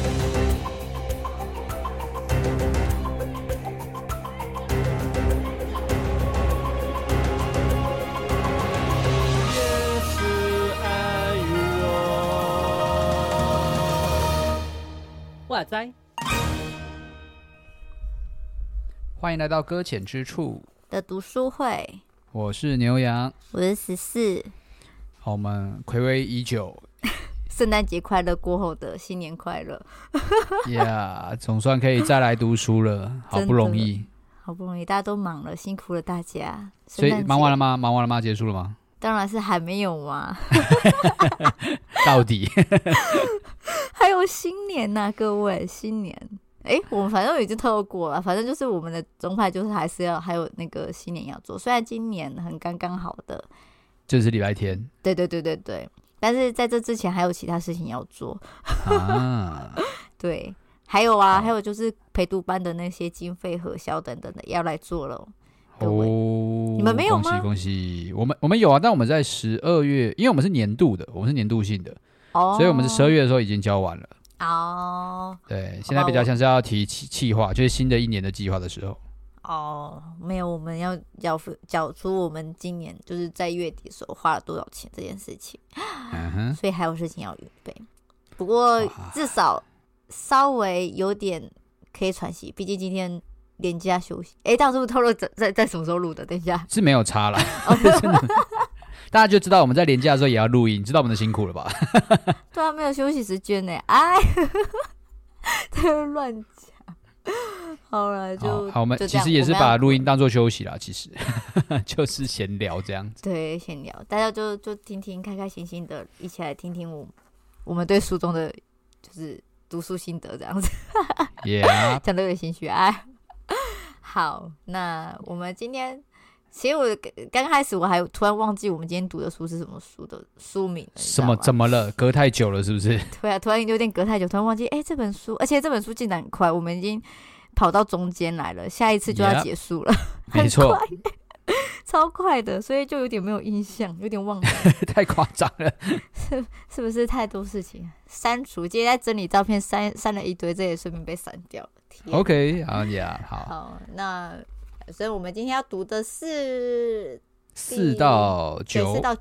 哇塞！ 欢迎来到搁浅之处的读书会， 我是牛羊， 我是14。 好，我们睽违已久， 圣诞节快乐过后的新年快乐呀总算可以再来读书了，好不容易， 好不容易，大家都忙了，辛苦了大家。 所以忙完了吗？忙完了吗？结束了吗？ 当然是还没有嘛到底还有新年啊，各位，新年我们反正已经透露过了，反正就是我们的宗派就是还是要还有那个新年要做，虽然今年很刚刚好的就是礼拜天， 对，但是在这之前还有其他事情要做啊对，还有啊，还有就是陪读班的那些经费核销等等的要来做了。你们没有吗？ 恭喜！我们有啊，但我们在12月，因为我们是年度的，我们是年度性的，所以我们是12月的时候已经交完了。对，现在比较像是要提企划，就是新的一年的计划的时候。 没有，我们要缴出我们今年就是在月底的时候花了多少钱这件事情，所以还有事情要预备。不过至少稍微有点可以喘息，毕竟今天连假休息。到时候透露在什么时候录的？等一下是没有差啦真的大家就知道我们在连假的时候也要录音，知道我们的辛苦了吧对啊，没有休息时间呢，在乱讲。好了， 好，我们其实也是把录音当作休息啦，其实就是闲聊这样子。 对，闲聊，大家就听听，开开心心的，一起来听听我们对书中的就是读书心得这样子。讲得有点心虚好，那我们今天，其实我刚开始我还突然忘记我们今天读的书是什么书的书名了。怎么了？隔太久了是不是？对啊，突然有点隔太久，突然忘记这本书，而且这本书进展很快，我们已经跑到中间来了，下一次就要结束了， 没错， 超快的，所以就有点没有印象，有点忘了太夸张了是不是太多事情删除？今天在整理照片，删了一堆，这也顺便被删掉了。 OK， 好，那所以我们今天要读的是 4到9，4 到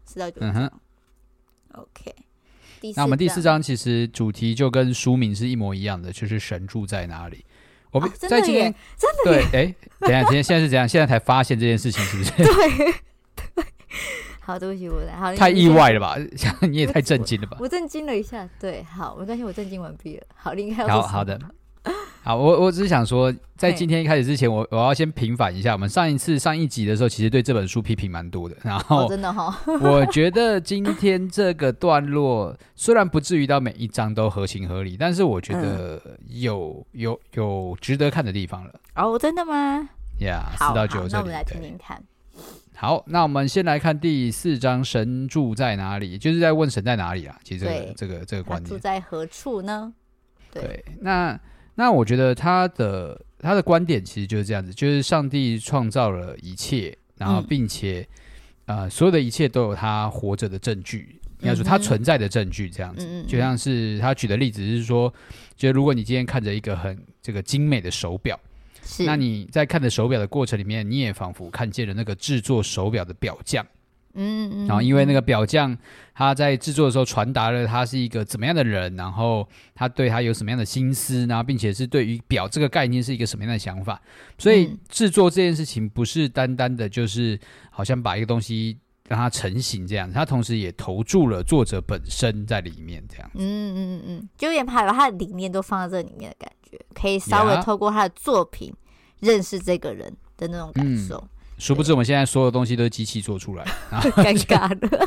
9。OK， 那我们第4章其实主题就跟书名是一模一样的，就是神住在哪里。我们在今天真的对，等一下，现在是怎样？现在才发现这件事情是不是？ 对，好，对不起， 太意外了吧？你也太震惊了吧？ 我震惊了一下，对，好，没关系，我震惊完毕了。好，你应该要好的。好，我只是想说，在今天一开始之前，我要先平反一下，我们上一集的时候，其实对这本书批评蛮多的。然后， 真的我觉得今天这个段落虽然不至于到每一章都合情合理，但是我觉得有值得看的地方了。 真的吗 ？4到9这里， 那我们来听听看。 好，那我们先来看第4章，神住在哪里？就是在问神在哪里啦。其实这个观念， 他住在何处呢？ 对，那我觉得他的观点其实就是这样子，就是上帝创造了一切，然后并且所有的一切都有他活着的证据，应该说他存在的证据这样子。就像是他举的例子是说，就如果你今天看着一个很这个精美的手表，那你在看着手表的过程里面，你也仿佛看见了那个制作手表的表匠。然后因为那个表匠他在制作的时候传达了他是一个怎么样的人，然后他对他有什么样的心思，然后并且是对于表这个概念是一个什么样的想法，所以制作这件事情不是单单的就是好像把一个东西让它成型这样，他同时也投注了作者本身在里面这样子。 就有点怕把他的理念都放在这里面的感觉，可以稍微透过他的作品认识这个人的那种感受。 殊不知我们现在所有东西都是机器做出来尴尬的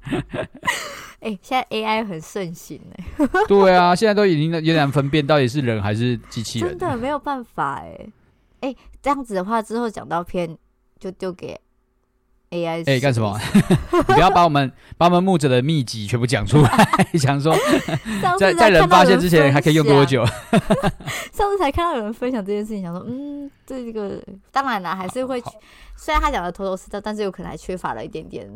现在 AI 很盛行对啊，现在都已经有点分辨到底是人还是机器人， 真的没有办法这样子的话之后讲到片就丢给 AI 干什么你不要把我们牧者的秘籍全部讲出来想说在人发现之前还可以用多久上次才看到有人分享这件事情，想说这个当然啦，还是会虽然他讲的头头是道，但是有可能还缺乏了一点点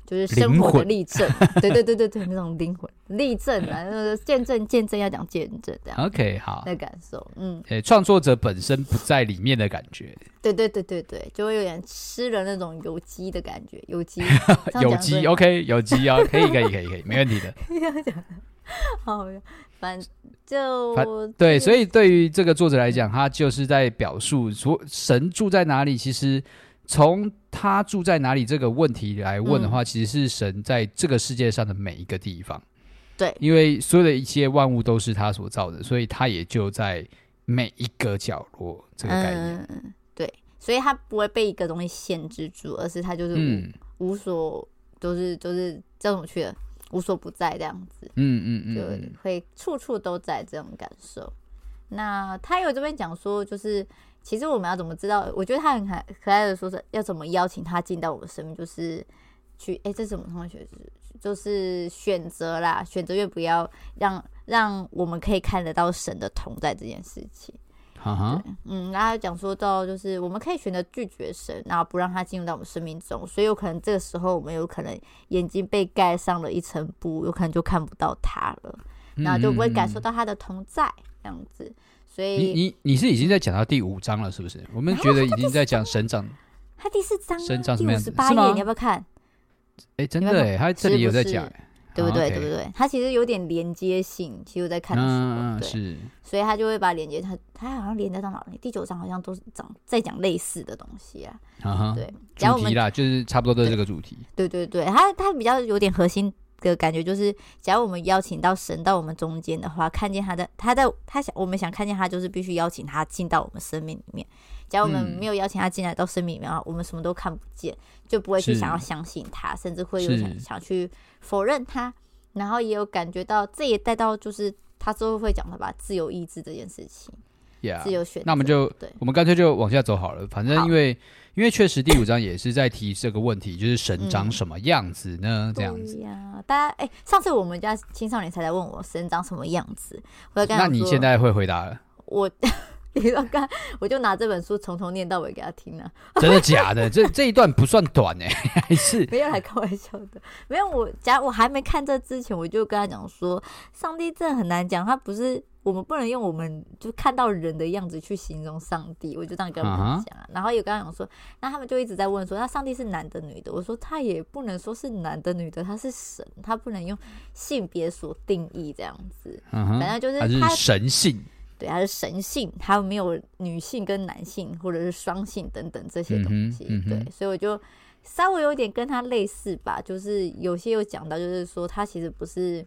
就是生活的例证，对对对对对，那种灵魂例证啊，见证要讲见证这样。 OK， 好的感受， 创作者本身不在里面的感觉， 对对对对对，就会有点吃了那种有机的感觉，有机有机 OK， 有机啊，可以，没问题的。 好，反正就对，所以对于这个作者来讲，他就是在表述说神住在哪里，其实。从他住在哪里这个问题来问的话，其实是神在这个世界上的每一个地方。 对， 因为所有的一切万物都是他所造的，所以他也就在每一个角落。这个概念， 对，所以他不会被一个东西限制住，而是他就是无所，就是这种去的无所不在这样子。就会处处都在这种感受。那他有这边讲说，就是其实我们要怎么知道？我觉得他很可爱的说是要怎么邀请他进到我们生命，就是去这是什么同学？就是选择啦，选择越不要让我们可以看得到神的同在这件事情。对，然后讲说到就是我们可以选择拒绝神，然后不让他进入到我们生命中，所以有可能这个时候我们有可能眼睛被盖上了一层布，有可能就看不到他了，然后就不会感受到他的同在这样子。所以你是已经在讲到第5章了，是不是？我们觉得已经在讲神长， 他第4章神长什么样子？ 第58页，你要不要看？ 真的耶，他这里有在讲， 对不对？对不对？他其实有点连接性，其实我在看的时候， 是， 所以他就会把连接，他好像连接到哪里？第9章好像都是在讲类似的东西啊。对， 主题啦，就是差不多都是这个主题。 对对对，他比较有点核心的感觉，就是假如我们邀请到神到我们中间的话，看见我们想看见他，就是必须邀请他进到我们生命里面。假如我们没有邀请他进来到生命里面的话，我们什么都看不见，就不会去想要相信他，甚至会有想去否认他。然后也有感觉到，这也带到就是他之后会讲的吧，自由意志这件事情。自由选择。 那我们干脆就往下走好了。反正因为确实第5章也是在提这个问题，就是神长什么样子呢？这样子。 对呀，大家上次我们家青少年才来问我神长什么样子，我就跟他说， 那你现在会回答了？ 我就拿这本书从头念到尾给他听了。 真的假的？这一段不算短还是没有来开玩笑的。没有，我还没看这之前，我就跟他讲说，上帝真的很难讲，他不是我们不能用我们就看到人的样子去形容上帝，我就这样跟他们讲。然后有跟他讲说，那他们就一直在问说，那上帝是男的女的？我说他也不能说是男的女的，他是神，他不能用性别所定义这样子。反正就是他是神性。 对，它是神性，它没有女性跟男性或者是双性等等这些东西。对，所以我就稍微有点跟他类似吧，就是有些有讲到，就是说他其实不是，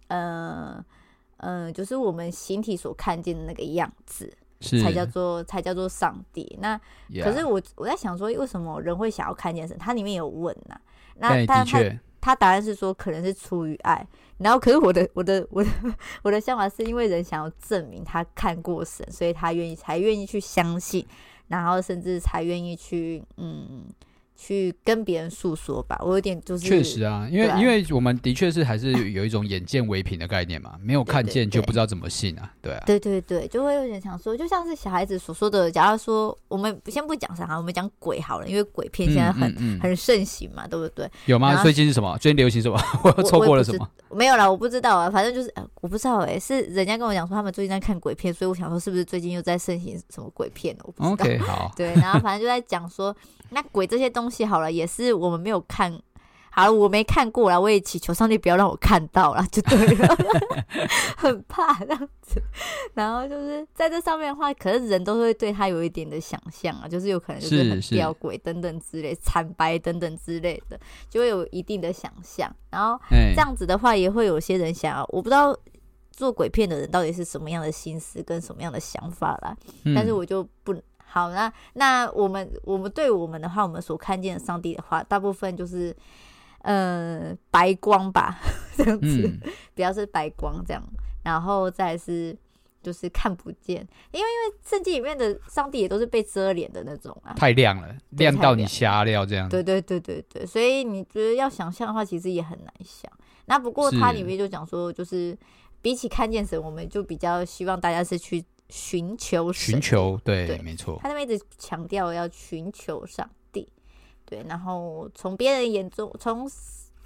就是我们形体所看见的那个样子，才叫做上帝。那可是我在想说，为什么人会想要看见神？它里面有问呐，那的确。 他答案是说，可能是出于爱。然后，可是我的想法是因为人想要证明他看过神，所以他才愿意去相信，然后甚至才愿意去去跟别人诉说吧。我有点就是确实啊，因为我们的确是还是有一种眼见为凭的概念嘛，没有看见就不知道怎么信啊，对啊， 对对对，就会有点想说，就像是小孩子所说的，假如说我们先不讲啥，我们讲鬼好了，因为鬼片现在很盛行嘛，对不对？ 有吗？最近是什么？最近流行什么？我错过了什么？ 没有啦，我不知道啊，反正就是我不知道是人家跟我讲说他们最近在看鬼片，所以我想说是不是最近又在盛行什么鬼片了？我不知道。 OK， 好， 对，然后反正就在讲说，那鬼这些东西好了，也是我们没有看。好了，我没看过啦，我也祈求上帝不要让我看到啦，就对了，很怕这样子。然后就是在这上面的话，可是人都会对他有一点的想象啊，就是有可能就是很吊诡等等之类，惨白等等之类的，就会有一定的想象。然後这样子的话，也会有些人想要，我不知道做鬼片的人到底是什么样的心思跟什么样的想法啦，但是我就不好。那我们对我们的话，我们所看见的上帝的话，大部分就是白光吧，这样子，比较是白光这样，然后再是就是看不见，因为圣经里面的上帝也都是被遮脸的那种啊， 太亮了，亮到你瞎了这样。 对对对对对，所以你觉得要想象的话，其实也很难想。那不过它里面就讲说，就是比起看见神，我们就比较希望大家是去寻求神， 对，没错。 他那边一直强调要寻求上帝。对，然后从别人眼中，从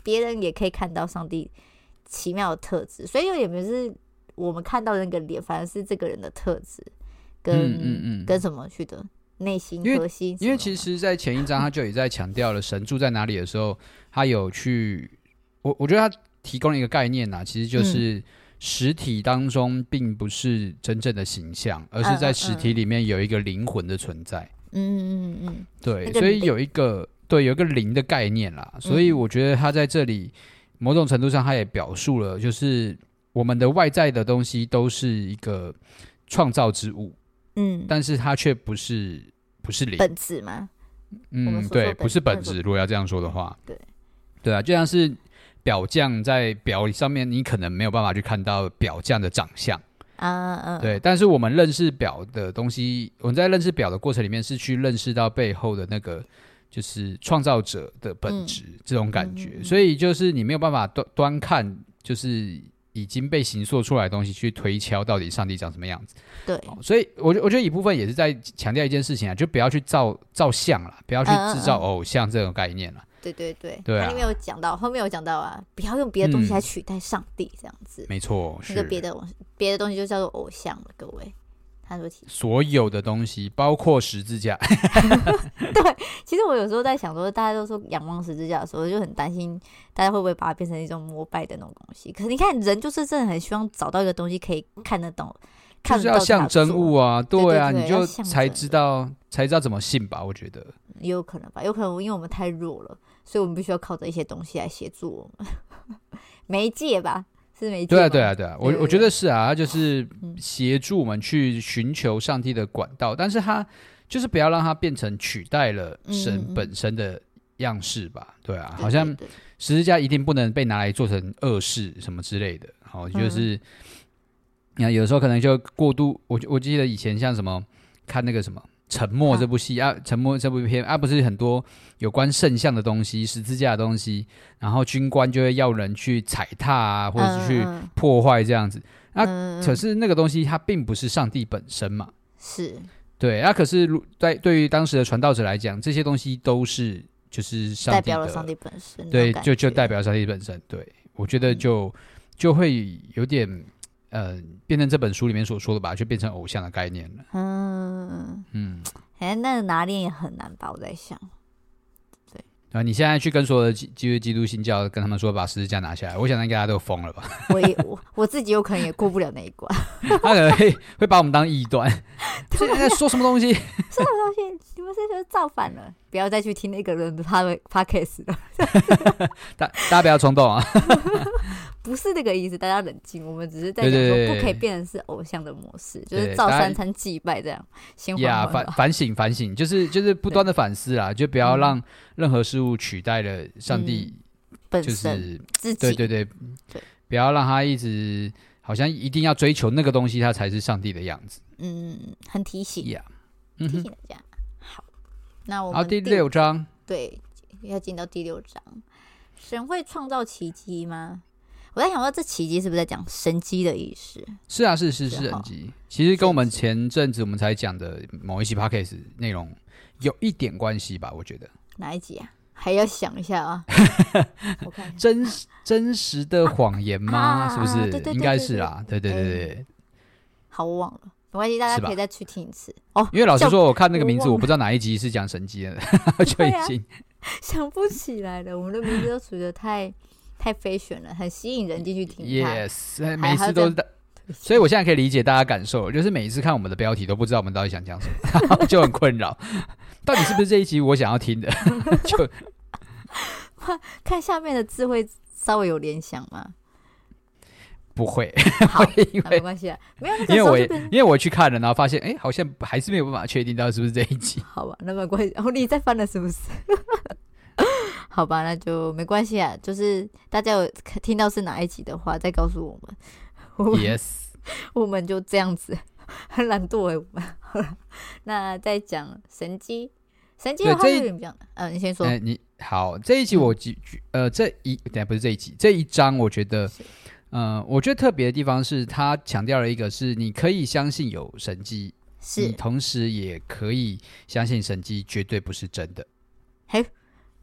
别人也可以看到上帝奇妙的特质，所以有点不是我们看到的那个脸，反而是这个人的特质跟什么去的内心核心。 因为其实在前一章他就也在强调了神住在哪里的时候，他有去我觉得他提供了一个概念其实就是实体当中并不是真正的形象，而是在实体里面有一个灵魂的存在。对，所以有一个灵的概念啦，所以我觉得他在这里某种程度上他也表述了，就是我们的外在的东西都是一个创造之物，但是它却不是灵本质吗？ 对，不是本质。如果要这样说的话，对啊，就像是表匠在表上面，你可能没有办法去看到表匠的长相对，但是我们认识表的东西，我们在认识表的过程里面是去认识到背后的那个就是创造者的本质，这种感觉。所以就是你没有办法端看，就是已经被形塑出来的东西去推敲到底上帝长什么样子。 对， 所以我觉得一部分也是在强调一件事情就不要去照相啦，不要去制造偶像这种概念啦。 对，他里面有讲到，后面有讲到不要用别的东西来取代上帝，这样子。没错， 那个别的东西就叫做偶像了，各位。他说所有的东西，包括十字架。 对，其实我有时候在想说，大家都说仰望十字架的时候，我就很担心大家会不会把它变成一种膜拜的那种东西。可是你看，人就是真的很希望找到一个东西可以看得懂， 就是要像真物啊，对啊，你就才知道怎么信吧。我觉得也有可能吧，有可能因为我们太弱了，所以我们必须要靠着一些东西来协助我们媒介吧。是媒介吗？ 对啊，我觉得是啊，他就是协助我们去寻求上帝的管道，但是他就是不要让它变成取代了神本身的样式吧。对啊，好像十字架一定不能被拿来做成恶事什么之类的。就是你看有的时候可能就过度，我记得以前像什么看那个什么沉默这部戏沉默这部片不是很多有关圣像的东西，十字架的东西，然后军官就会要人去踩踏或者是去破坏这样子。可是那个东西它并不是上帝本身嘛。 是。 对，可是对于当时的传道者来讲，这些东西都是就是上帝的， 代表了上帝本身。 对，就代表上帝本身。对，我觉得就会有点变成这本书里面所说的吧，就变成偶像的概念了。 那拿捏也很难吧，我在想。对， 你现在去跟所有的基督新教跟他们说把十字架拿下来，我想应该大家都疯了吧。 我自己有可能也过不了那一关。 他可能会把我们当异端。现在在说什么东西？ 什么东西？你们是造反了？不要再去听那个人的 podcast 了。 大家不要冲动啊。 不是那个意思，大家冷静。我们只是在讲说，不可以变成是偶像的模式，就是照三餐祭拜这样。先反省，就是不断的反思啦，就不要让任何事物取代了上帝本身自己。对，不要让他一直好像一定要追求那个东西，它才是上帝的样子。 很提醒。提醒大家。好，那我们第6章， 对，要进到第6章。神会创造奇迹吗？我在想说，这奇迹是不是在讲神迹的意思？ 是啊，是神迹。其实跟我们前阵子我们才讲的某一期 podcast 内容有一点关系吧，我觉得。 哪一集啊？还要想一下啊。我看真实的谎言吗？是不是？ 对， 应该是啦。对。 好，我忘了，没关系，大家可以再去听一次。 因为老实说，我看那个名字，我不知道哪一集是讲神迹的，就已经想不起来了。我们的名字都处得太fashion了，很吸引人进去听。 Yes， 每次都是所以我现在可以理解大家感受，就是每一次看我们的标题都不知道我们到底想讲什么，就很困扰。到底是不是这一集我想要听的？就看下面的字会稍微有联想吗？ 不会。 好，没关系啊，没有那个时候因为我去看了，然后发现好像还是没有办法确定到是不是这一集。 好吧，那没关系。你再翻了是不是？好吧，那就没关系啊。就是大家有听到是哪一集的话，再告诉我们。 Yes， 我们就这样子，很懒惰我们。好了，那再讲神迹的话就有点这样的。你先说。 好，这一集我不是这一集，这一章我觉得，我觉得特别的地方是，他强调了一个是你可以相信有神迹，你同时也可以相信神迹绝对不是真的。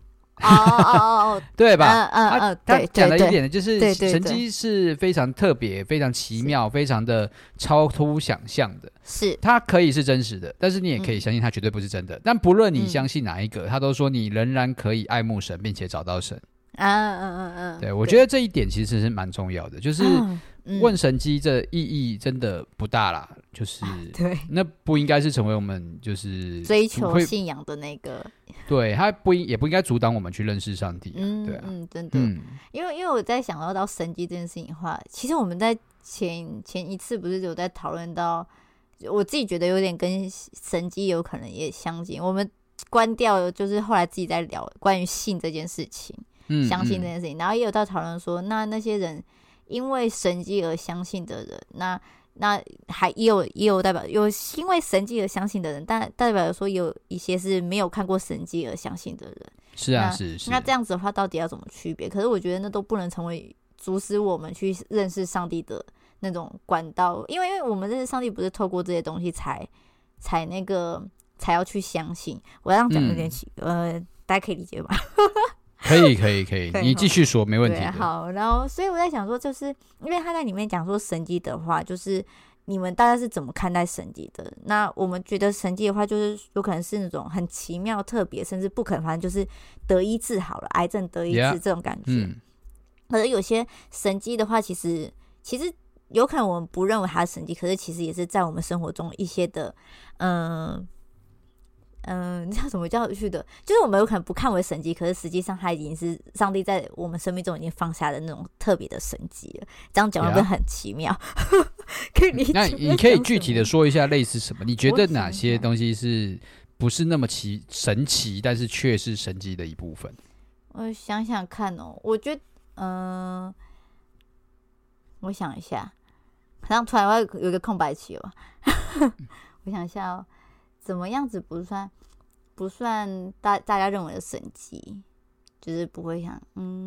对吧？他讲了一点的就是神迹是非常特别、非常奇妙、非常的超乎想象的。 是， 它可以是真实的，但是你也可以相信它绝对不是真的。但不论你相信哪一个，他都说你仍然可以爱慕神，并且找到神。对，我觉得这一点其实是蛮重要的，就是问神迹这意义真的不大啦，就是对， 那不应该是成为我们就是追求信仰的那个， 对，它也不应该阻挡我们去认识上帝。对啊， 真的，因为我在想到神迹这件事情的话，其实我们在前一次不是有在讨论到，我自己觉得有点跟神迹有可能也相近，我们关掉就是后来自己在聊关于信这件事情。相信这件事情，然后也有到讨论说，那些人因为神迹而相信的人，那还也有代表有因为神迹而相信的人，但代表说有一些是没有看过神迹而相信的人。 是啊，是。 那这样子的话，到底要怎么区别？可是我觉得那都不能成为阻止我们去认识上帝的那种管道，因为我们认识上帝不是透过这些东西才要去相信。我这样讲有点大家可以理解吧？ 可以，你继续说，没问题的。 好，然后所以我在想说，就是因为他在里面讲说神迹的话，就是你们大家是怎么看待神迹的？那我们觉得神迹的话，就是有可能是那种很奇妙、特别，甚至不可能，反正就是得医治好了，癌症得医治这种感觉。可是有些神迹的话，其实有可能我们不认为它是神迹，可是其实也是在我们生活中一些的你知道什么叫去的？就是我们有可能不看为神迹，可是实际上它已经是上帝在我们生命中已经放下的那种特别的神迹了。这样讲会不会很奇妙？可以理解。 那你可以具体的说一下类似什么？你觉得哪些东西是不是那么神奇，但是却是神迹的一部分？ 我想想看哦，我觉得，我想一下，好像突然会有一个空白期哦。我想一下哦。怎么样子不算大家认为的神迹，就是不会想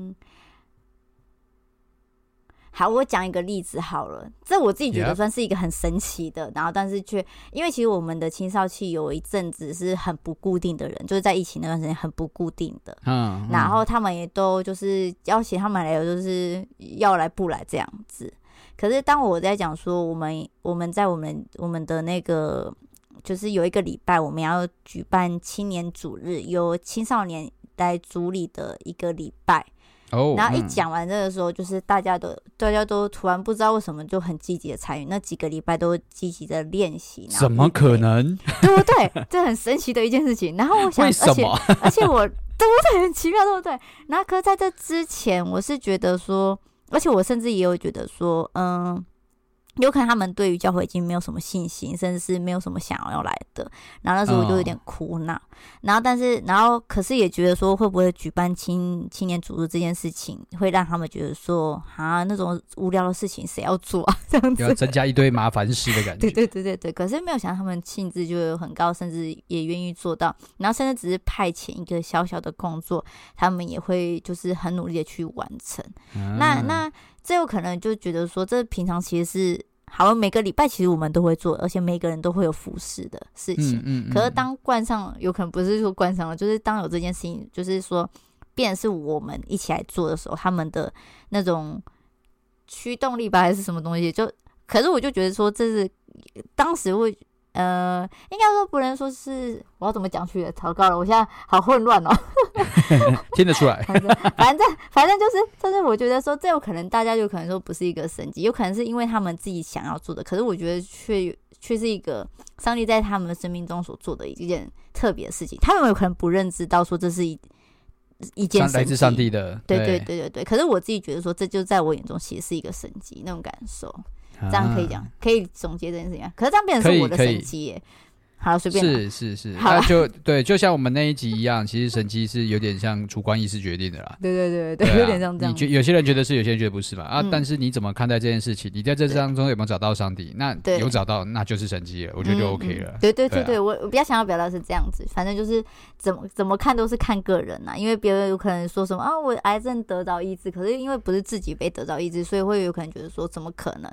好，我讲一个例子好了，这我自己觉得算是一个很神奇的，然后但是却因为其实我们的青少期有一阵子是很不固定的人，就是在疫情那段时间很不固定的，然后他们也都就是要请他们来，就是要来不来这样子。可是当我在讲说我们在我们的那个。就是有一个礼拜，我们要举办青年主日，由青少年来主理的一个礼拜。然后一讲完这个时候，就是大家都突然不知道为什么就很积极的参与，那几个礼拜都积极的练习。 怎么可能？ 对不对？这很神奇的一件事情。然后我想， 为什么？ 而且我对不对？很奇妙，对不对？然后可是在这之前，我是觉得说，而且我甚至也有觉得说，有可能他们对于教会已经没有什么信心，甚至是没有什么想要来的。然后那时候我就有点苦恼，然后可是也觉得说，会不会举办青年主日这件事情，会让他们觉得说，那种无聊的事情谁要做啊？这样子要增加一堆麻烦事的感觉。 对。可是没有想到他们兴致就很高，甚至也愿意做到。然后甚至只是派遣一个小小的工作，他们也会就是很努力的去完成。那这有可能就觉得说，这平常其实是好，每个礼拜其实我们都会做，而且每个人都会有服侍的事情。可是当冠上，有可能不是说冠上了，就是当有这件事情，就是说变成是我们一起来做的时候，他们的那种驱动力吧，还是什么东西？可是我就觉得说，这是当时会。应该说不能说是我要怎么讲去的，糟糕了，我现在好混乱哦。 听得出来。 反正就是我觉得说，这有可能大家有可能说不是一个神迹，有可能是因为他们自己想要做的，可是我觉得却是一个上帝在他们的生命中所做的一件特别的事情。他们有可能不认知到说这是一件神迹， 来自上帝的。 对。可是我自己觉得说，这就在我眼中其实是一个神迹那种感受。这样可以讲，可以总结这件事情。可是这样变成是我的神迹耶。好，随便。是。那就像我们那一集一样，其实神迹是有点像主观意识决定的啦。对， 有点像这样。 有些人觉得是，有些人觉得不是嘛。但是你怎么看待这件事情？你在这当中有没有找到上帝？那有找到，那就是神迹了。我觉得就 OK 了。 对，我比较想要表达是这样子。反正就是怎么看都是看个人啦。因为别人有可能说什么我癌症得到医治，可是因为不是自己被得到医治，所以会有可能觉得说怎么可能？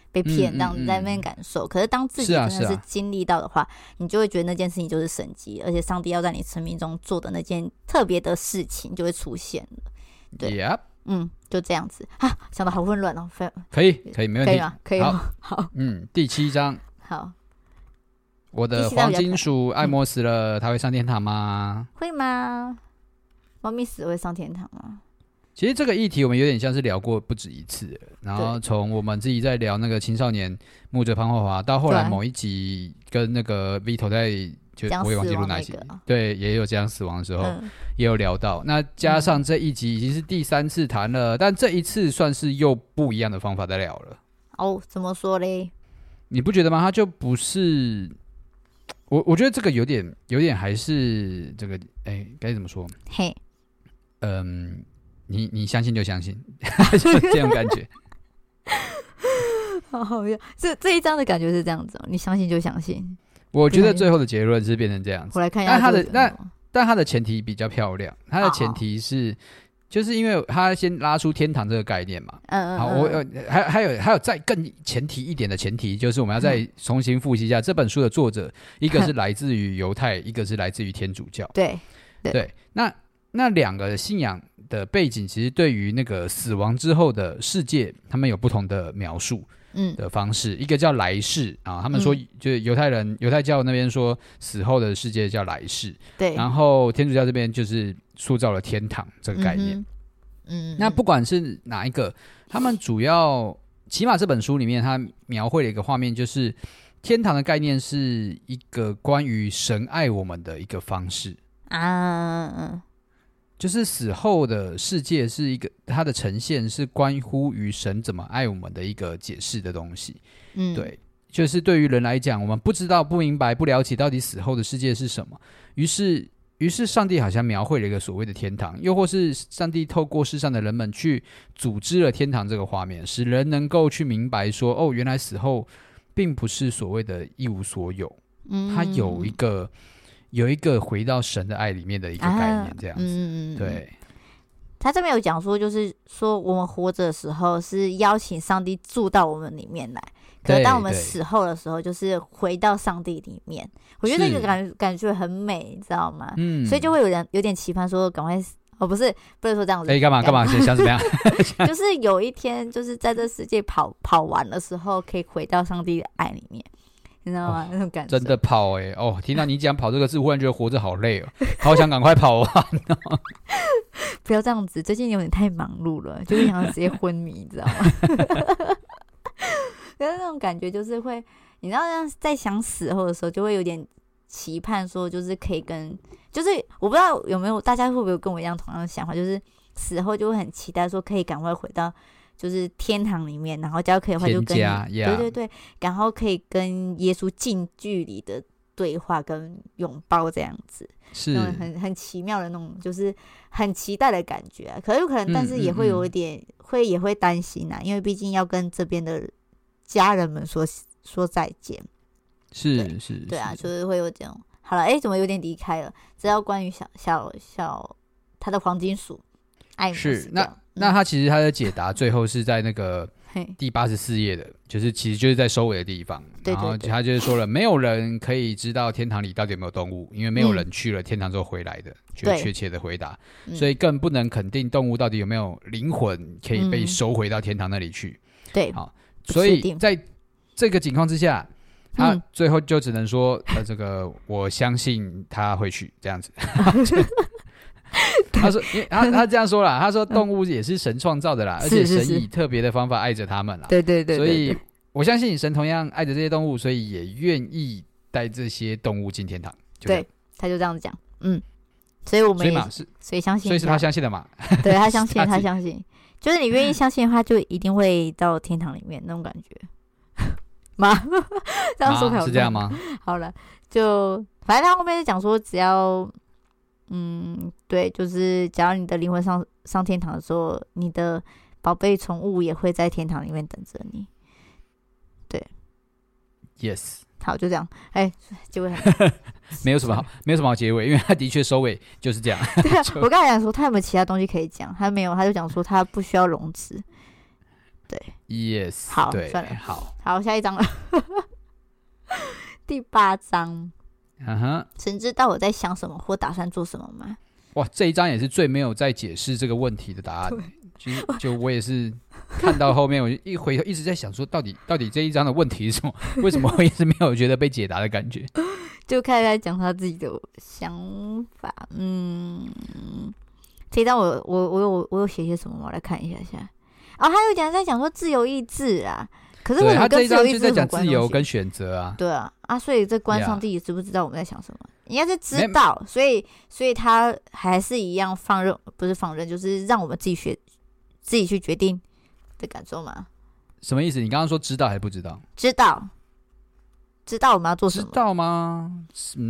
被骗这样子在那边感受。可是当自己真的是经历到的话，你就会觉得那件事情就是神迹，而且上帝要在你生命中做的那件特别的事情就会出现了。对， Yep. 就这样子啊，想的好混乱哦。 可以，没问题， 可以吗？可以吗？好， 第7章， 好， 我的黄金鼠艾摩死了，他会上天堂吗？ 会吗？猫咪死了会上天堂吗？ 其实这个议题我们有点像是聊过不止一次了，然后从我们自己在聊那个青少年木泽潘华华，到后来某一集跟那个 Vito 在就我也忘记录哪一集，对，也有这样死亡的时候，也有聊到。那加上这一集已经是第3次谈了，但这一次算是又不一样的方法在聊了。 哦，怎么说嘞？你不觉得吗？他就不是我觉得这个有点还是这个该怎么说？ 嘿， 你相信就相信，就这种感觉。 好好笑，这一章的感觉是这样子你相信就相信。 我觉得最后的结论是变成这样子。 我来看一下但他的前提比较漂亮，他的前提是就是因为他先拉出天堂这个概念嘛。好，还有再更前提一点的前提，就是我们要再重新复习一下这本书的作者，一个是来自于犹太，一个是来自于天主教。 对， 那两个信仰的背景，其实对于那个死亡之后的世界，他们有不同的描述的方式。一个叫来世啊，他们说就是犹太教那边说死后的世界叫来世， 对。 然后天主教这边就是塑造了天堂这个概念。那不管是哪一个，他们主要起码这本书里面，他描绘了一个画面，就是天堂的概念是一个关于神爱我们的一个方式啊。就是死后的世界是一个，它的呈现是关乎于神怎么爱我们的一个解释的东西。对，就是对于人来讲，我们不知道、不明白、不了解到底死后的世界是什么，于是上帝好像描绘了一个所谓的天堂，又或是上帝透过世上的人们去组织了天堂这个画面，使人能够去明白说，哦，原来死后并不是所谓的一无所有，它有一个回到神的爱里面的一个概念，这样子。对， 他这边有讲说，就是说我们活着的时候是邀请上帝住到我们里面来，可是当我们死后的时候，就是回到上帝里面。我觉得那个感觉很美，你知道吗？所以就会有点期盼说，赶快不是不能说这样子。 干嘛？想怎么样？ 就是有一天，就是在这世界跑完的时候，可以回到上帝的爱里面。你知道吗？那种感觉真的跑听到你讲跑这个字，忽然觉得活着好累好想赶快跑完不要这样子，最近有点太忙碌了，就是想要直接昏迷，你知道吗？可是那种感觉就是会，你知道，在想死后的时候，就会有点期盼说，就是可以就是我不知道有没有大家会不会有跟我一样同样的想法，就是死后就会很期待说可以赶快回到。就是天堂里面，然后只要可以的话就跟对，然后可以跟耶稣近距离的对话跟拥抱这样子， 是很奇妙的那种，就是很期待的感觉可是有可能，但是也会有一点也会担心因为毕竟要跟这边的家人们说再见， 是对啊，就是会有这种。好了，怎么有点离开了？这要关于小他的黄金鼠爱慕是那他其实他的解答最后是在那个第84页的，就是其实就是在收尾的地方。然后他就是说了，没有人可以知道天堂里到底有没有动物，因为没有人去了天堂之后回来的，就是确切的回答。所以更不能肯定动物到底有没有灵魂可以被收回到天堂那里去。 对， 好，所以在这个情况之下，他最后就只能说，这个我相信他会去这样子。他说，他这样说啦，他说动物也是神创造的啦，而且神以特别的方法爱着他们啦。 对， 所以我相信神同样爱着这些动物，所以也愿意带这些动物进天堂。 对，他就这样讲。所以我们所以相信， 所以是他相信的嘛？ 对，他相信，他相信，就是你愿意相信的话，就一定会到天堂里面那种感觉。吗？这样说是这样吗？ 好了，就反正他后面就讲说，只要。对，就是只要你的灵魂上天堂的时候，你的宝贝宠物也会在天堂里面等着你。对 ，Yes， 好，就这样。结尾没有什么好结尾，因为他的确收尾就是这样。 对啊，我刚才讲说他有没有其他东西可以讲，他没有，他就讲说他不需要容词。 对 ，yes， 好， 对， 算了， 好， 下一章了。第8章，神知道我在想什么或打算做什么吗？ 哇，这一章也是最没有在解释这个问题的答案。就我也是看到后面，我就一回头一直在想说，到底这一章的问题是什么？为什么我一直没有觉得被解答的感觉？ 就开始在讲他自己的想法。这一章我有写些什么吗？我来看一下。他有讲在讲说自由意志啊，可是为什么跟自由意志有什么关系？他这一章就在讲自由跟选择啊。 对啊，所以这关上帝知不知道我们在想什么？应该是知道，所以他还是一样不是放任，就是让我们自己去决定的感受吗？ 什么意思？你刚刚说知道还是不知道？ 知道我们要做什么？ 知道吗？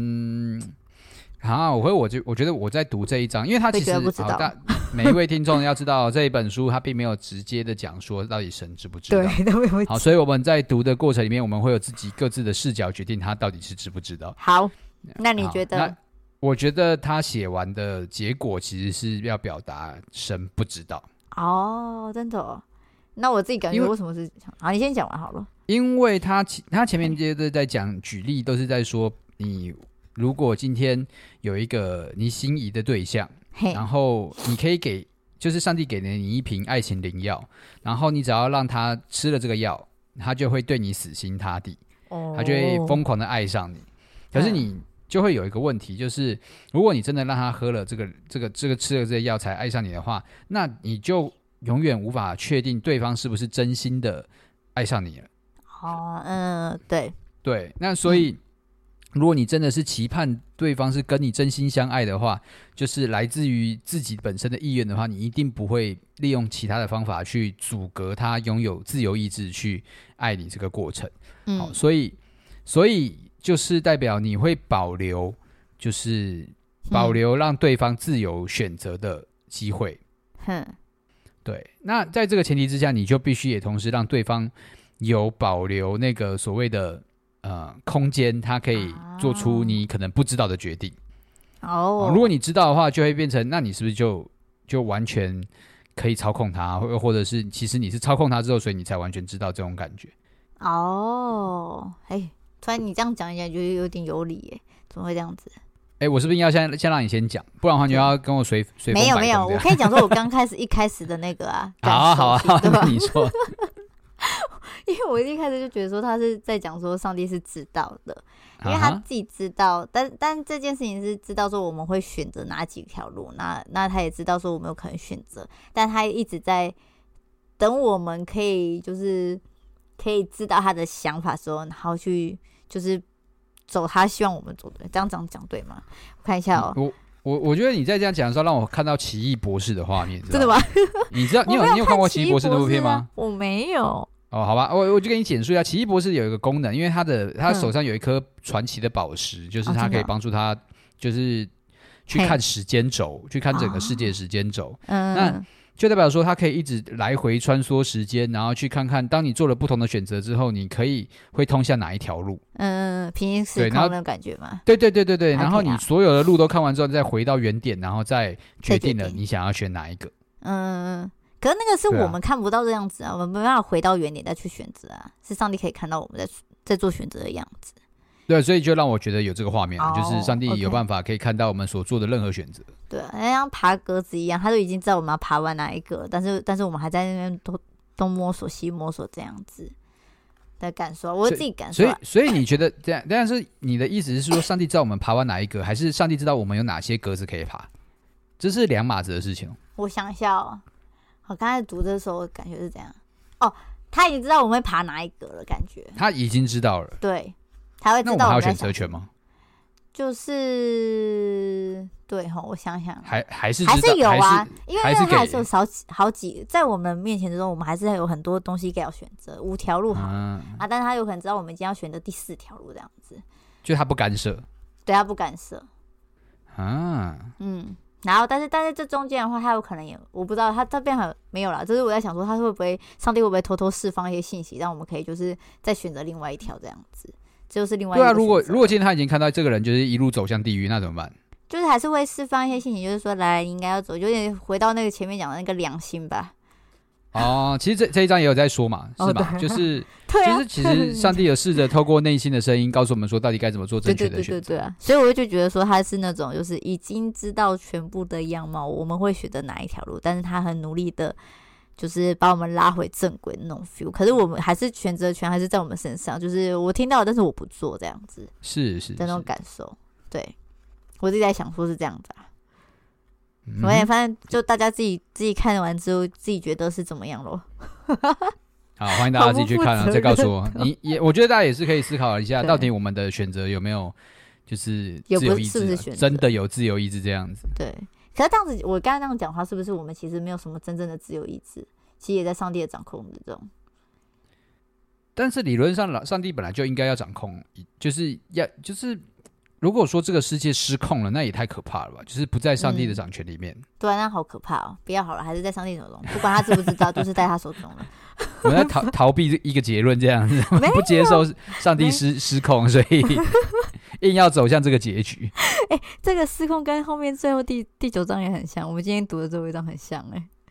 我觉得我在读这一章，因为他其实不知道。 每一位听众要知道，这一本书他并没有直接的讲说到底神知不知道。 对，都没有。 好，所以我们在读的过程里面，我们会有自己各自的视角决定他到底是知不知道。 好，那你觉得？ 我觉得他写完的结果其实是要表达神不知道。 哦，真的哦。那我自己感觉为什么是好？你先讲完好了。 因为他前面接着在讲举例，都是在说你如果今天有一个你心仪的对象，然后你可以就是上帝给了你一瓶爱情灵药，然后你只要让他吃了这个药，他就会对你死心塌地，他就会疯狂的爱上你。可是你就会有一个问题，就是如果你真的让他喝了这个吃了这个药才爱上你的话，那你就永远无法确定对方是不是真心的爱上你了。对，那所以如果你真的是期盼对方是跟你真心相爱的话，就是来自于自己本身的意愿的话，你一定不会利用其他的方法去阻隔他拥有自由意志去爱你这个过程。好，所以就是代表你会保留让对方自由选择的机会。对，那在这个前提之下，你就必须也同时让对方有保留那个所谓的空间，他可以做出你可能不知道的决定。如果你知道的话，就会变成那你是不是就完全可以操控他，或者是其实你是操控他之后，所以你才完全知道这种感觉。 突然你这样讲一下，就有点有理耶，怎么会这样子？ 我是不是应该先让你先讲，不然的话你就要跟我随风摆动？ 没有，我可以讲说我一开始的那个好啊，那你说。 因为我一开始就觉得说他是在讲说上帝是知道的，因为他自己知道，但这件事情是知道说我们会选择哪几条路，那他也知道说我们有可能选择，但他一直在等我们可以知道他的想法的时候，然后去就是走他希望我们走的，这样讲对吗？我看一下我觉得你在这样讲的时候，让我看到奇异博士的画面， 真的吗？ 你知道你有看过奇异博士的部片吗？ 我没有。 好吧，我就给你简述一下，奇异博士有一个功能，因为他手上有一颗传奇的宝石，就是他可以帮助他，就是去看时间轴，去看整个世界时间轴。那就代表说他可以一直来回穿梭时间，然后去看看当你做了不同的选择之后，你会通向哪一条路。 平行时空的感觉嘛。 对，然后你所有的路都看完之后，再回到原点，然后再决定了你想要选哪一个。 可是那个是我们看不到这样子我们没办法回到原点再去选择是上帝可以看到我们在做选择的样子。 对，所以就让我觉得有这个画面就是上帝有办法可以看到我们所做的任何选择。 对，像爬格子一样，他都已经知道我们要爬完哪一个，但是我们还在那边东摸索西摸索这样子的感受，我自己感受。 所以你觉得这样？但是你的意思是说，上帝知道我们爬完哪一个，还是上帝知道我们有哪些格子可以爬？这是两码子的事情。 我想一下我刚才读的时候感觉是这样他已经知道我们会爬哪一个了，感觉他已经知道了。 对，他会知道。 那我们还有选择权吗？ 就是对我想想， 还是有啊，因为他还是有好几在我们面前的时候，我们还是有很多东西要选择，5条路好但是他有可能知道我们已经要选择第4条路这样子， 就他不干涉。 对，他不干涉然后但是这中间的话，他有可能也我不知道他这边没有啦，就是我在想说他上帝会不会偷偷释放一些信息，让我们可以就是再选择另外一条这样子，这就是另外一个选择。 对啊，如果今天他已经看到这个人就是一路走向地狱，那怎么办？ 就是还是会释放一些信息，就是说来应该要走，有点回到那个前面讲的那个良心吧。 其实这一章也有在说嘛，是吧？就是其实上帝有试着透过内心的声音告诉我们说，到底该怎么做正确的选择。 对啊，所以我就觉得说他是那种就是已经知道全部的样貌，我们会选择哪一条路，但是他很努力的，就是把我们拉回正轨的那种 feel。可是我们还是选择权还是在我们身上，就是我听到，但是我不做这样子， 是的那种感受。对，我自己在想说是这样子啊。我也发现，就大家自己看完之后，自己觉得是怎么样咯。 好，欢迎大家自己去看再告诉我。我觉得大家也是可以思考一下，到底我们的选择有没有就是自由意志，真的有自由意志这样子。 对，可是这样子，我刚才那样讲话，是不是我们其实没有什么真正的自由意志？其实也在上帝的掌控之中。 但是理论上，上帝本来就应该要掌控，就是如果说这个世界失控了，那也太可怕了吧？就是不在上帝的掌权里面。 对啊，那好可怕哦！不要好了，还是在上帝手中，不管他知不知道，都是在他手中了。 我们在逃避一个结论，这样子不接受上帝失控，所以硬要走向这个结局。 这个失控跟后面最后第9章也很像，我们今天读的最后一章很像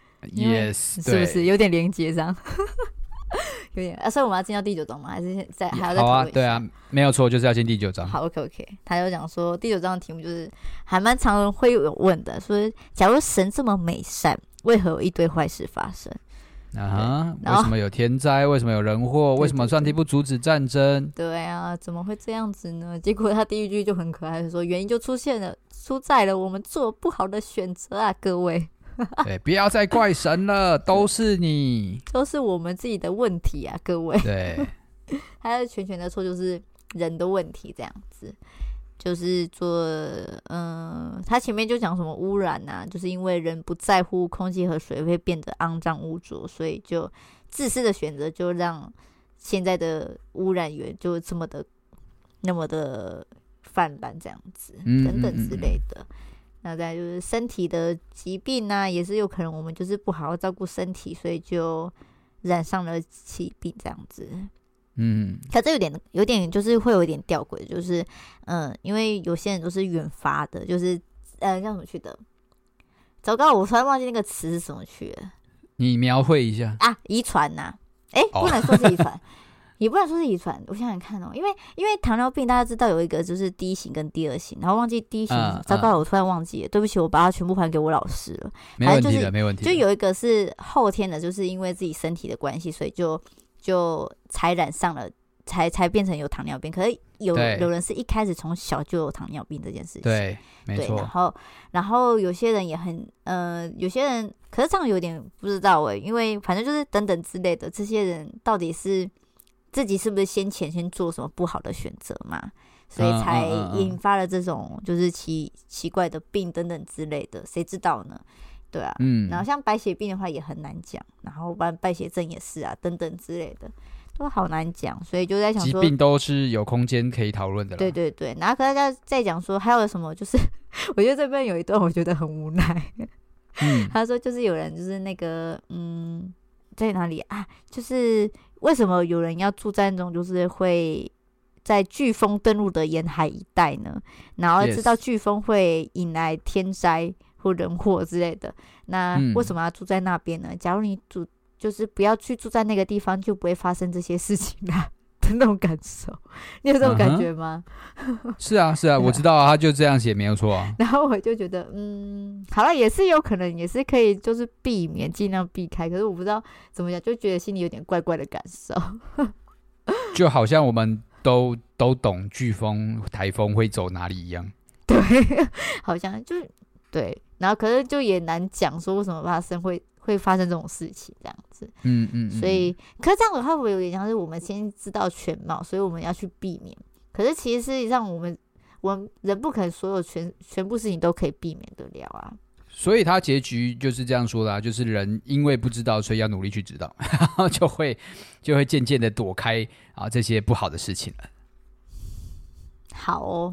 Yes， 是不是有点连接上？有点所以我们要进到第9章吗？还是还要再讨论一下？好啊， 对啊，没有错，就是要进第9章。 好 ，OK， 他就讲说第9章的题目就是还蛮常人会有问的，说假如神这么美善，为何有一堆坏事发生？ 为什么有天灾？为什么有人祸？为什么上帝不阻止战争？ 对啊，怎么会这样子呢？结果他第一句就很可爱的说，原因就出在了我们做不好的选择啊，各位。 对，不要再怪神了，都是你， 都是我们自己的问题啊，各位。 对， 他的全的错就是人的问题，这样子，就是做，他前面就讲什么污染啊，就是因为人不在乎空气和水会变得肮脏污浊，所以就自私的选择，就让现在的污染源就那么的泛滥，这样子，等等之类的。那再就是身体的疾病啊，也是有可能我们就是不好好照顾身体，所以就染上了疾病这样子。可这有点就是会有一点吊诡，就是因为有些人都是原发的，就是叫什么去的？糟糕，我突然忘记那个词是什么去了。 你描绘一下啊，遗传呐？不能说是遗传。也不能说是遗传，我想想看因为糖尿病大家知道有一个就是第1型跟第2型，然后忘记第1型，糟糕了，我突然忘记了，对不起，我把它全部还给我老师了。 没问题的，没问题的。 就有一个是后天的，就是因为自己身体的关系，所以就才染上了，才变成有糖尿病。可是有人是一开始从小就有糖尿病这件事情， 对，没错。 然后有些人也很有些人，可是这样有点不知道因为反正就是等等之类的，这些人到底是自己是不是先做什么不好的选择嘛？所以才引发了这种就是奇怪的病等等之类的，谁知道呢？对啊，然后像白血病的话也很难讲，然后败血症也是啊，等等之类的都好难讲，所以就在想说， 疾病都是有空间可以讨论的啦。对对对，然后大家在讲说还有什么，就是我觉得这边有一段我觉得很无奈，他说就是有人就是那个在哪里啊？就是为什么有人要住在那种就是会在飓风登陆的沿海一带呢？然后知道飓风会引来天灾或人祸之类的，那为什么要住在那边呢？假如你就是不要去住在那个地方，就不会发生这些事情啦的那种感受，你有这种感觉吗？ 是啊，我知道啊，他就这样写没有错啊。 然后我就觉得，好了，也是有可能，也是可以，就是避免，尽量避开。可是我不知道怎么讲，就觉得心里有点怪怪的感受。 就好像我们都懂飓风、台风会走哪里一样。 对，好像就是对，然后可是就也难讲说为什么会发生这种事情这样子，所以可是这样的话会不会有点像是我们先知道全貌，所以我们要去避免。可是其实实际上我们人不可能所有全部事情都可以避免得了啊。 所以他结局就是这样说的就是人因为不知道，所以要努力去知道，然后就会渐渐的躲开这些不好的事情了。 好哦。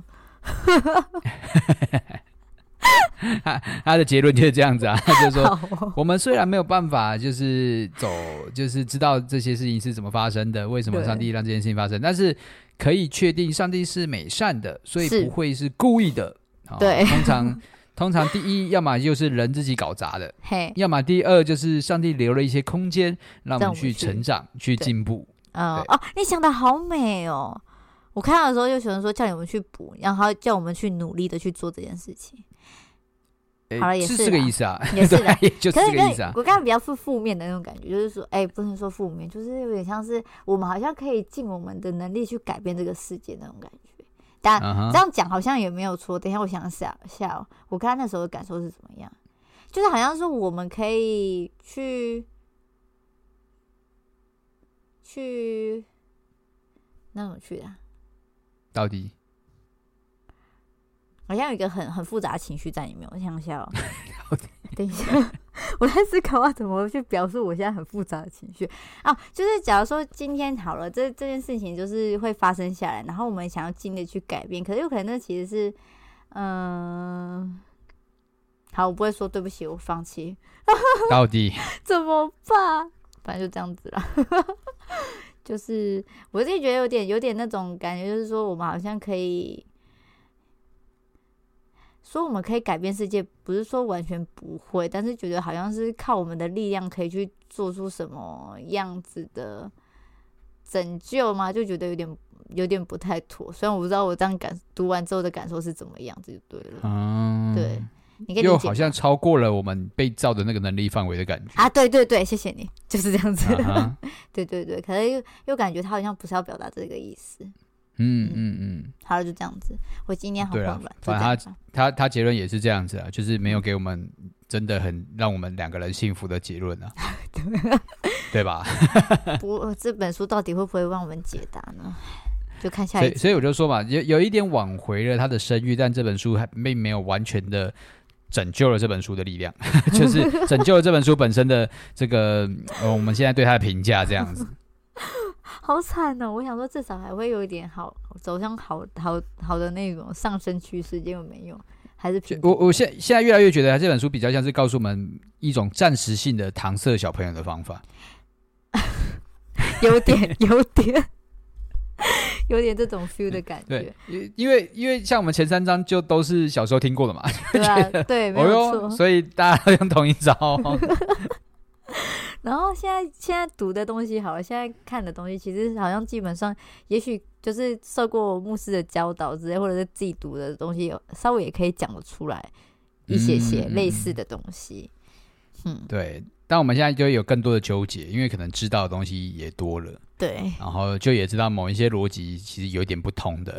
他的结论就是这样子就是说我们虽然没有办法就是知道这些事情是怎么发生的，为什么上帝让这件事情发生，但是可以确定上帝是美善的，所以不会是故意的。对， 通常第一，要么就是人自己搞砸的， 嘿， 要么第二就是上帝留了一些空间，让我们去成长、去进步。 你想的好美哦！我看到的时候就喜欢说叫你们去补，然后叫我们去努力的去做这件事情。好了，也是这个意思啊， 也是的， 就是这个意思啊。 我刚刚比较负面的那种感觉，就是说，不能说负面，就是有点像是我们好像可以尽我们的能力去改变这个世界那种感觉。但这样讲好像也没有错。等一下，我想一下我刚刚那时候的感受是怎么样？就是好像是我们可以去那怎么去的？ 到底？ 好像有一个很复杂的情绪在里面，我想一下哦。等一下，我在思考要怎么去表述我现在很复杂的情绪就是假如说今天好了，这件事情就是会发生下来，然后我们想要尽力去改变，可是有可能那其实是好，我不会说对不起，我放弃。 到底怎么办？反正就这样子啦。就是我自己觉得有点那种感觉，就是说我们好像可以。说我们可以改变世界，不是说完全不会，但是觉得好像是靠我们的力量可以去做出什么样子的拯救嘛，就觉得有点不太妥。虽然我不知道我这样读完之后的感受是怎么样子，就对了。对，你可以理解又好像超过了我们被造的那个能力范围的感觉对对对，谢谢你，就是这样子。对对对，可是又感觉他好像不是要表达这个意思。好了，就这样子。我今天好混乱。 反正他结论也是这样子啊，就是没有给我们真的很让我们两个人幸福的结论啊，对吧？ 这本书到底会不会帮我们解答呢？就看下一集。 所以我就说嘛，有一点挽回了他的声誉，但这本书还并没有完全的拯救了这本书的力量，就是拯救了这本书本身的这个我们现在对他的评价这样子。 好惨哦！我想说至少还会有一点走向好的那种上升趋势，结果没有，还是平。 我现在越来越觉得这本书比较像是告诉我们一种暂时性的搪塞小朋友的方法， 有点这种 feel 的感觉。 对，因为像我们前3章就都是小时候听过的嘛， 对，没有错， 所以大家都用同一招。 然后现在读的东西好了，现在看的东西其实好像基本上，也许就是受过牧师的教导之类，或者是自己读的东西，稍微也可以讲得出来一些类似的东西。 对。但我们现在就有更多的纠结，因为可能知道的东西也多了， 对， 然后就也知道某一些逻辑其实有点不通的。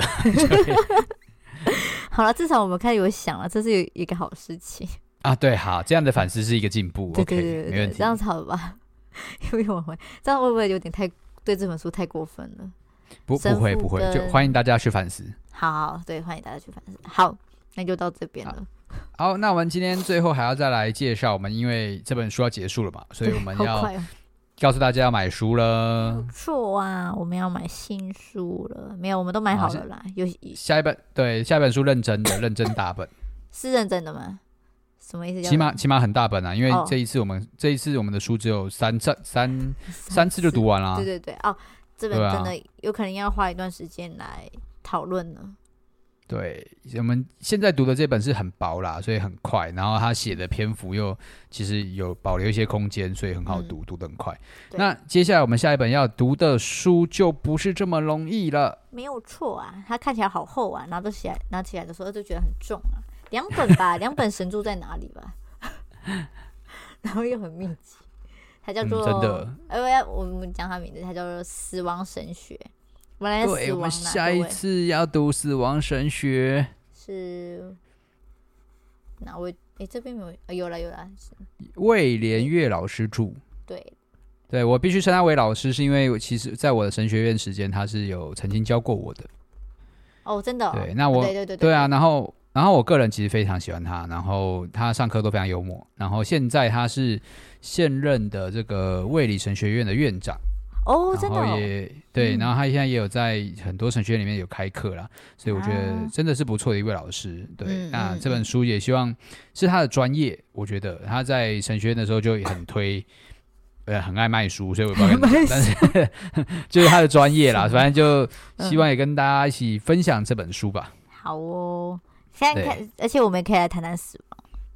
好了，至少我们开始有想了，这是一个好事情。 对，好，这样的反思是一个进步。 对对对 OK， 没问题， 这样子好吧？因为这样会不会有点对这本书太过分了？ 不会，就欢迎大家去反思。 好，对，欢迎大家去反思。好，那就到这边了。 好，那我们今天最后还要再来介绍我们，因为这本书要结束了嘛，所以我们要告诉大家要买书了。 没错啊，我们要买新书了。没有，我们都买好了啦。 下一本书认真大本。 是认真的吗？什么意思？ 起码很大本啊，因为这一次我们的书只有三次就读完了。 对对对，这本真的有可能要花一段时间来讨论呢。 对，我们现在读的这本是很薄啦，所以很快，然后他写的篇幅又其实有保留一些空间，所以很好读，读得很快。那接下来我们下一本要读的书就不是这么容易了。 没有错啊，它看起来好厚啊，拿起来的时候就觉得很重啊。2本吧，2本神助在哪里吧？然后又很密集，它叫做真的。 我们讲它名字，它叫做《死亡神学》。 对，我们下一次要读《死亡神学》 是哪位？这边没有，有啦， 魏连岳老师著。对，我必须称他为老师，是因为其实在我的神学院时间，他是有曾经教过我的。 真的。 对，那我对啊，然后我个人其实非常喜欢他，然后他上课都非常幽默，然后现在他是现任的这个卫理神学院的院长。 真的。 然后对，然后他现在也有在很多神学院里面有开课啦，所以我觉得真的是不错的一位老师。对，那这本书也希望是他的专业，我觉得他在神学院的时候就很推，很爱卖书，所以我不知道跟你讲，但是就是他的专业啦，反正就希望也跟大家一起分享这本书吧。 好哦，现在看，而且我们也可以来谈谈死亡。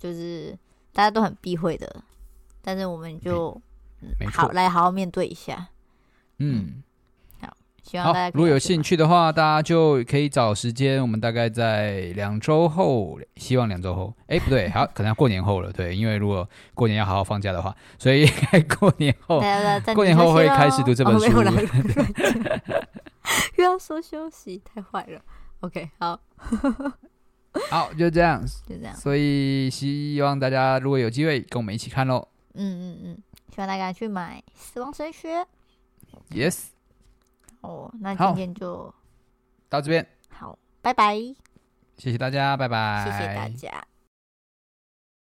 就是大家都很避讳的，但是我们就好好面对一下。好，希望大家如果有兴趣的话，大家就可以找时间，我们大概在2周后，希望2周后，不对，好，可能要过年后了，对，因为如果过年要好好放假的话，所以过年后会开始读这本书。 又要说休息，太坏了。OK， 好。 好，就这样。所以希望大家如果有机会跟我们一起看咯。 希望大家去买《死亡神学》。 Yes。 那今天就到这边。 好，拜拜。 谢谢大家，拜拜。 谢谢大家。